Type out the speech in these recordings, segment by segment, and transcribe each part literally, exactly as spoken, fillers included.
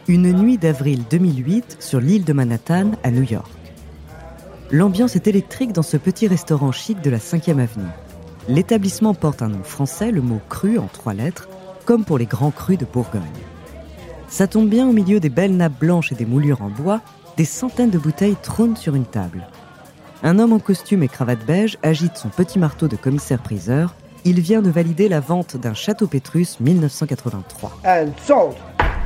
Une nuit d'avril deux mille huit sur l'île de Manhattan à New York. L'ambiance est électrique dans ce petit restaurant chic de la cinquième avenue. L'établissement porte un nom français, le mot cru en trois lettres, comme pour les grands crus de Bourgogne. Ça tombe bien, au milieu des belles nappes blanches et des moulures en bois, des centaines de bouteilles trônent sur une table. Un homme en costume et cravate beige agite son petit marteau de commissaire-priseur. Il vient de valider la vente d'un Château Pétrus mille neuf cent quatre-vingt-trois. And sold.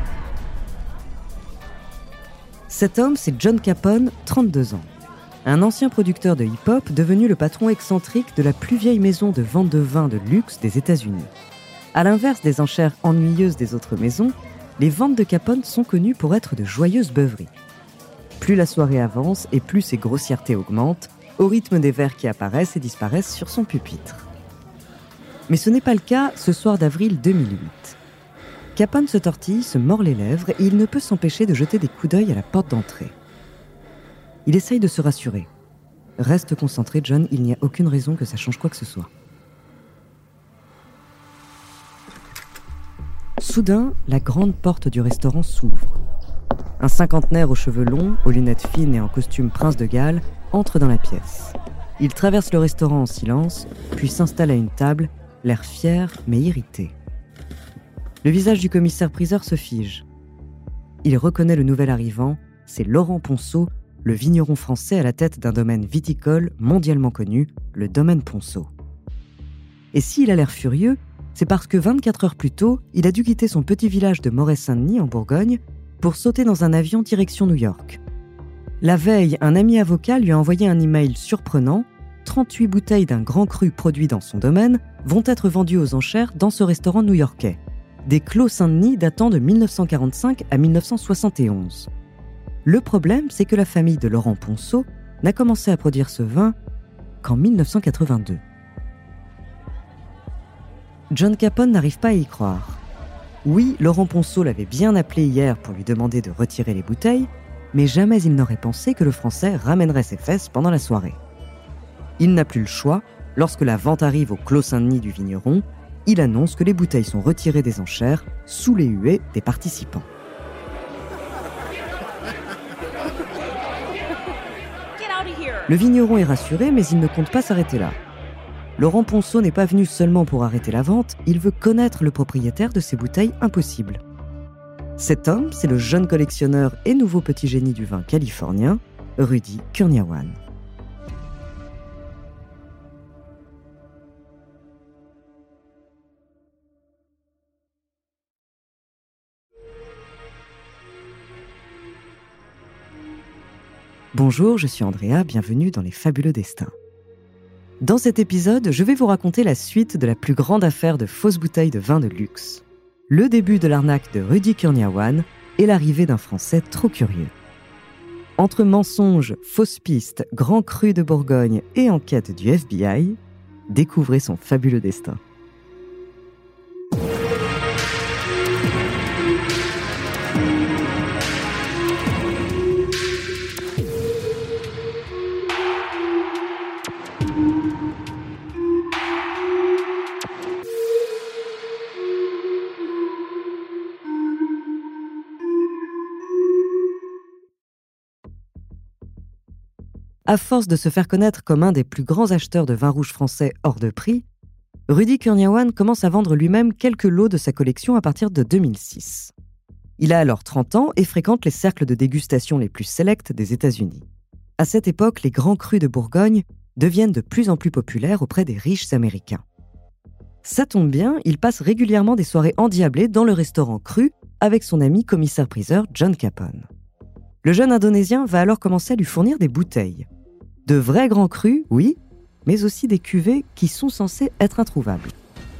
Cet homme, c'est John Capone, trente-deux ans. Un ancien producteur de hip-hop devenu le patron excentrique de la plus vieille maison de vente de vin de luxe des États-Unis. À l'inverse des enchères ennuyeuses des autres maisons, les ventes de Capone sont connues pour être de joyeuses beuveries. Plus la soirée avance et plus ses grossièretés augmentent, au rythme des verres qui apparaissent et disparaissent sur son pupitre. Mais ce n'est pas le cas ce soir d'avril deux mille huit. Capone se tortille, se mord les lèvres et il ne peut s'empêcher de jeter des coups d'œil à la porte d'entrée. Il essaye de se rassurer. « Reste concentré, John, il n'y a aucune raison que ça change quoi que ce soit. » Soudain, la grande porte du restaurant s'ouvre. Un cinquantenaire aux cheveux longs, aux lunettes fines et en costume prince de Galles entre dans la pièce. Il traverse le restaurant en silence, puis s'installe à une table, l'air fier mais irrité. Le visage du commissaire-priseur se fige. Il reconnaît le nouvel arrivant, c'est Laurent Ponceau, le vigneron français à la tête d'un domaine viticole mondialement connu, le domaine Ponceau. Et s'il a l'air furieux, c'est parce que vingt-quatre heures plus tôt, il a dû quitter son petit village de Moret-Saint-Denis en Bourgogne pour sauter dans un avion direction New York. La veille, un ami avocat lui a envoyé un email surprenant. trente-huit bouteilles d'un grand cru produit dans son domaine vont être vendues aux enchères dans ce restaurant new-yorkais. Des Clos Saint-Denis datant de mille neuf cent quarante-cinq à mille neuf cent soixante et onze. Le problème, c'est que la famille de Laurent Ponceau n'a commencé à produire ce vin qu'en mille neuf cent quatre-vingt-deux. John Capone n'arrive pas à y croire. Oui, Laurent Ponceau l'avait bien appelé hier pour lui demander de retirer les bouteilles, mais jamais il n'aurait pensé que le Français ramènerait ses fesses pendant la soirée. Il n'a plus le choix. Lorsque la vente arrive au Clos Saint-Denis du vigneron, il annonce que les bouteilles sont retirées des enchères sous les huées des participants. Le vigneron est rassuré, mais il ne compte pas s'arrêter là. Laurent Ponceau n'est pas venu seulement pour arrêter la vente, il veut connaître le propriétaire de ces bouteilles impossibles. Cet homme, c'est le jeune collectionneur et nouveau petit génie du vin californien, Rudy Kurniawan. Bonjour, je suis Andrea, bienvenue dans Les Fabuleux Destins. Dans cet épisode, je vais vous raconter la suite de la plus grande affaire de fausses bouteilles de vin de luxe. Le début de l'arnaque de Rudy Kurniawan et l'arrivée d'un Français trop curieux. Entre mensonges, fausses pistes, grands crus de Bourgogne et enquête du F B I, découvrez son fabuleux destin. À force de se faire connaître comme un des plus grands acheteurs de vin rouge français hors de prix, Rudy Kurniawan commence à vendre lui-même quelques lots de sa collection à partir de deux mille six. Il a alors trente ans et fréquente les cercles de dégustation les plus sélects des États-Unis. À cette époque, les grands crus de Bourgogne deviennent de plus en plus populaires auprès des riches Américains. Ça tombe bien, il passe régulièrement des soirées endiablées dans le restaurant cru avec son ami commissaire-priseur John Capone. Le jeune Indonésien va alors commencer à lui fournir des bouteilles. De vrais grands crus, oui, mais aussi des cuvées qui sont censées être introuvables.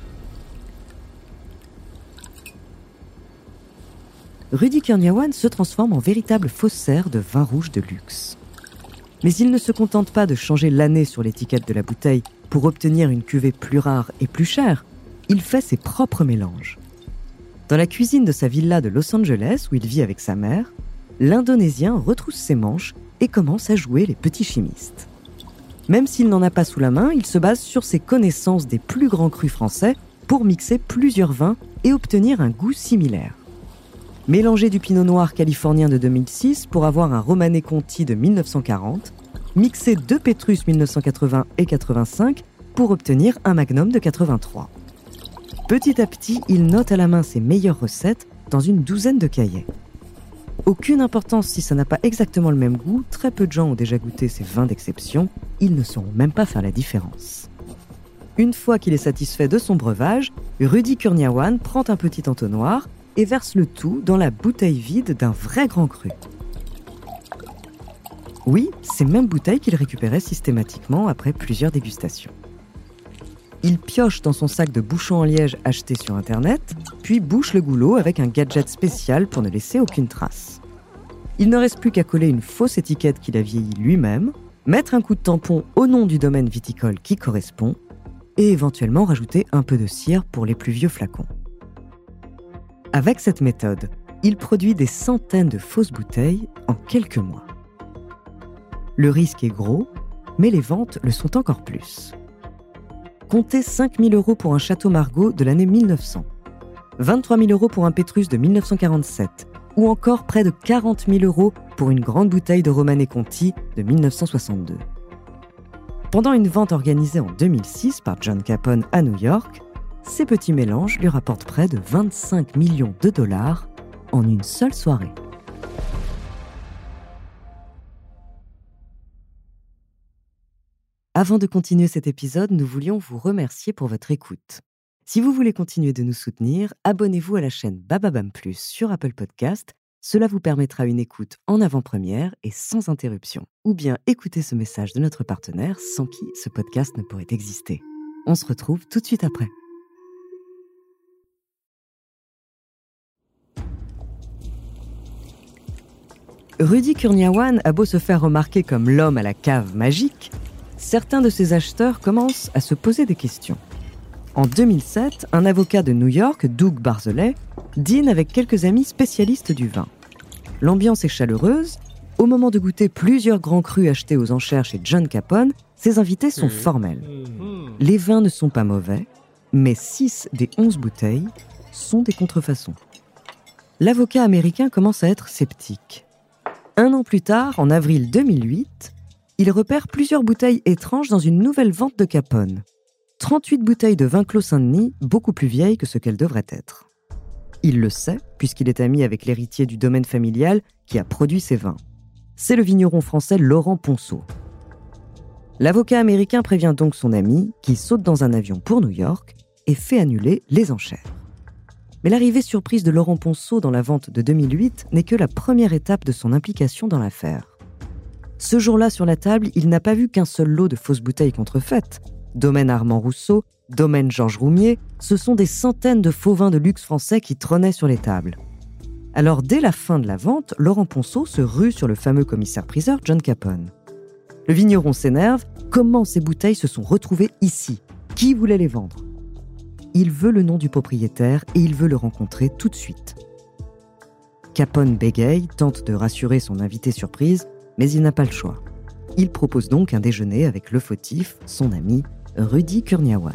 Rudy Kurniawan se transforme en véritable faussaire de vin rouge de luxe. Mais il ne se contente pas de changer l'année sur l'étiquette de la bouteille pour obtenir une cuvée plus rare et plus chère. Il fait ses propres mélanges. Dans la cuisine de sa villa de Los Angeles, où il vit avec sa mère, l'Indonésien retrousse ses manches et commence à jouer les petits chimistes. Même s'il n'en a pas sous la main, il se base sur ses connaissances des plus grands crus français pour mixer plusieurs vins et obtenir un goût similaire. Mélanger du pinot noir californien de deux mille six pour avoir un Romanée Conti de mille neuf cent quarante, mixer deux Pétrus mille neuf cent quatre-vingts et quatre-vingt-cinq pour obtenir un Magnum de quatre-vingt-trois. Petit à petit, il note à la main ses meilleures recettes dans une douzaine de cahiers. Aucune importance si ça n'a pas exactement le même goût, très peu de gens ont déjà goûté ces vins d'exception, ils ne sauront même pas faire la différence. Une fois qu'il est satisfait de son breuvage, Rudy Kurniawan prend un petit entonnoir et verse le tout dans la bouteille vide d'un vrai grand cru. Oui, ces mêmes bouteilles qu'il récupérait systématiquement après plusieurs dégustations. Il pioche dans son sac de bouchons en liège acheté sur Internet, puis bouche le goulot avec un gadget spécial pour ne laisser aucune trace. Il ne reste plus qu'à coller une fausse étiquette qu'il a vieillie lui-même, mettre un coup de tampon au nom du domaine viticole qui correspond, et éventuellement rajouter un peu de cire pour les plus vieux flacons. Avec cette méthode, il produit des centaines de fausses bouteilles en quelques mois. Le risque est gros, mais les ventes le sont encore plus. Comptez cinq mille euros pour un Château Margaux de l'année mille neuf cents, vingt-trois mille euros pour un Pétrus de mille neuf cent quarante-sept, ou encore près de quarante mille euros pour une grande bouteille de Romanée Conti de mille neuf cent soixante-deux. Pendant une vente organisée en deux mille six par John Capone à New York, ces petits mélanges lui rapportent près de vingt-cinq millions de dollars en une seule soirée. Avant de continuer cet épisode, nous voulions vous remercier pour votre écoute. Si vous voulez continuer de nous soutenir, abonnez-vous à la chaîne Bababam Plus sur Apple Podcast. Cela vous permettra une écoute en avant-première et sans interruption. Ou bien écoutez ce message de notre partenaire sans qui ce podcast ne pourrait exister. On se retrouve tout de suite après. Rudy Kurniawan a beau se faire remarquer comme l'homme à la cave magique, certains de ses acheteurs commencent à se poser des questions. En deux mille sept, un avocat de New York, Doug Barzilay, dîne avec quelques amis spécialistes du vin. L'ambiance est chaleureuse. Au moment de goûter plusieurs grands crus achetés aux enchères chez John Capone, ses invités sont formels. Les vins ne sont pas mauvais, mais six des onze bouteilles sont des contrefaçons. L'avocat américain commence à être sceptique. Un an plus tard, en avril deux mille huit, il repère plusieurs bouteilles étranges dans une nouvelle vente de Capone. trente-huit bouteilles de vin Clos Saint-Denis, beaucoup plus vieilles que ce qu'elles devraient être. Il le sait, puisqu'il est ami avec l'héritier du domaine familial qui a produit ces vins. C'est le vigneron français Laurent Ponceau. L'avocat américain prévient donc son ami, qui saute dans un avion pour New York et fait annuler les enchères. Mais l'arrivée surprise de Laurent Ponceau dans la vente de deux mille huit n'est que la première étape de son implication dans l'affaire. Ce jour-là, sur la table, il n'a pas vu qu'un seul lot de fausses bouteilles contrefaites. Domaine Armand Rousseau, domaine Georges Roumier, ce sont des centaines de faux vins de luxe français qui trônaient sur les tables. Alors, dès la fin de la vente, Laurent Ponceau se rue sur le fameux commissaire-priseur John Capone. Le vigneron s'énerve. Comment ces bouteilles se sont retrouvées ici ? Qui voulait les vendre ? Il veut le nom du propriétaire et il veut le rencontrer tout de suite. Capone bégaye, tente de rassurer son invité surprise, mais il n'a pas le choix. Il propose donc un déjeuner avec le fautif, son ami Rudy Kurniawan.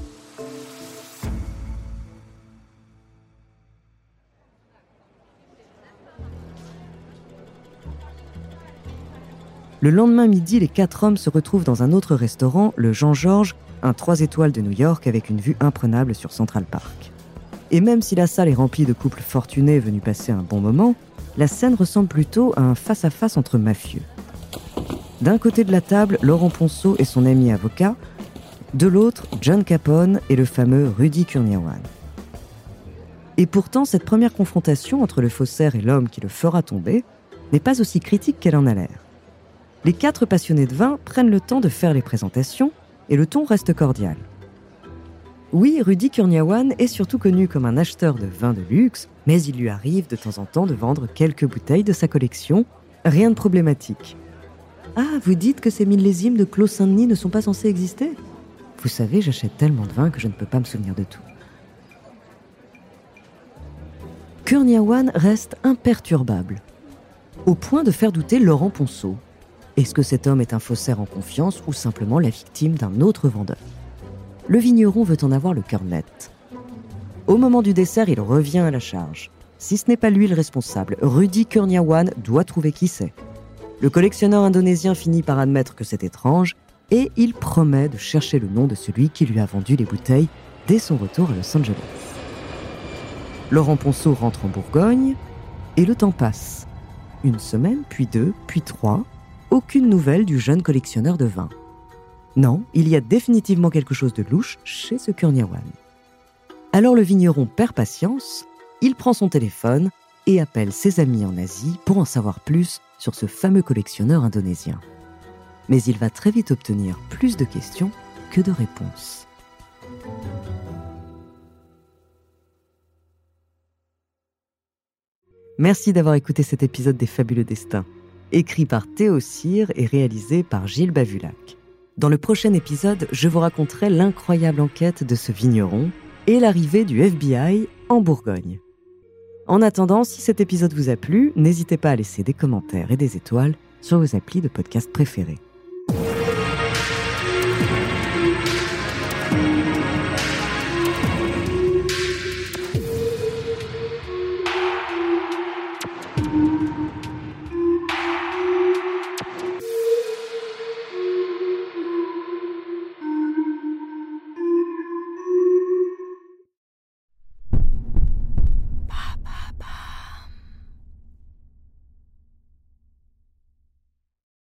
Le lendemain midi, les quatre hommes se retrouvent dans un autre restaurant, le Jean-Georges, un trois étoiles de New York avec une vue imprenable sur Central Park. Et même si la salle est remplie de couples fortunés venus passer un bon moment, la scène ressemble plutôt à un face-à-face entre mafieux. D'un côté de la table, Laurent Ponceau et son ami avocat. De l'autre, John Capone et le fameux Rudy Kurniawan. Et pourtant, cette première confrontation entre le faussaire et l'homme qui le fera tomber n'est pas aussi critique qu'elle en a l'air. Les quatre passionnés de vin prennent le temps de faire les présentations et le ton reste cordial. Oui, Rudy Kurniawan est surtout connu comme un acheteur de vins de luxe, mais il lui arrive de temps en temps de vendre quelques bouteilles de sa collection. Rien de problématique. Ah, vous dites que ces millésimes de Clos Saint-Denis ne sont pas censés exister ? Vous savez, j'achète tellement de vin que je ne peux pas me souvenir de tout. Kurniawan reste imperturbable, au point de faire douter Laurent Ponceau. Est-ce que cet homme est un faussaire en confiance ou simplement la victime d'un autre vendeur ? Le vigneron veut en avoir le cœur net. Au moment du dessert, il revient à la charge. Si ce n'est pas lui le responsable, Rudy Kurniawan doit trouver qui c'est. Le collectionneur indonésien finit par admettre que c'est étrange et il promet de chercher le nom de celui qui lui a vendu les bouteilles dès son retour à Los Angeles. Laurent Ponceau rentre en Bourgogne et le temps passe. Une semaine, puis deux, puis trois, aucune nouvelle du jeune collectionneur de vin. Non, il y a définitivement quelque chose de louche chez ce Kurniawan. Alors le vigneron perd patience, il prend son téléphone et appelle ses amis en Asie pour en savoir plus sur ce fameux collectionneur indonésien. Mais il va très vite obtenir plus de questions que de réponses. Merci d'avoir écouté cet épisode des Fabuleux Destins, écrit par Théo Cyr et réalisé par Gilles Bavulac. Dans le prochain épisode, je vous raconterai l'incroyable enquête de ce vigneron et l'arrivée du F B I en Bourgogne. En attendant, si cet épisode vous a plu, n'hésitez pas à laisser des commentaires et des étoiles sur vos applis de podcast préférés.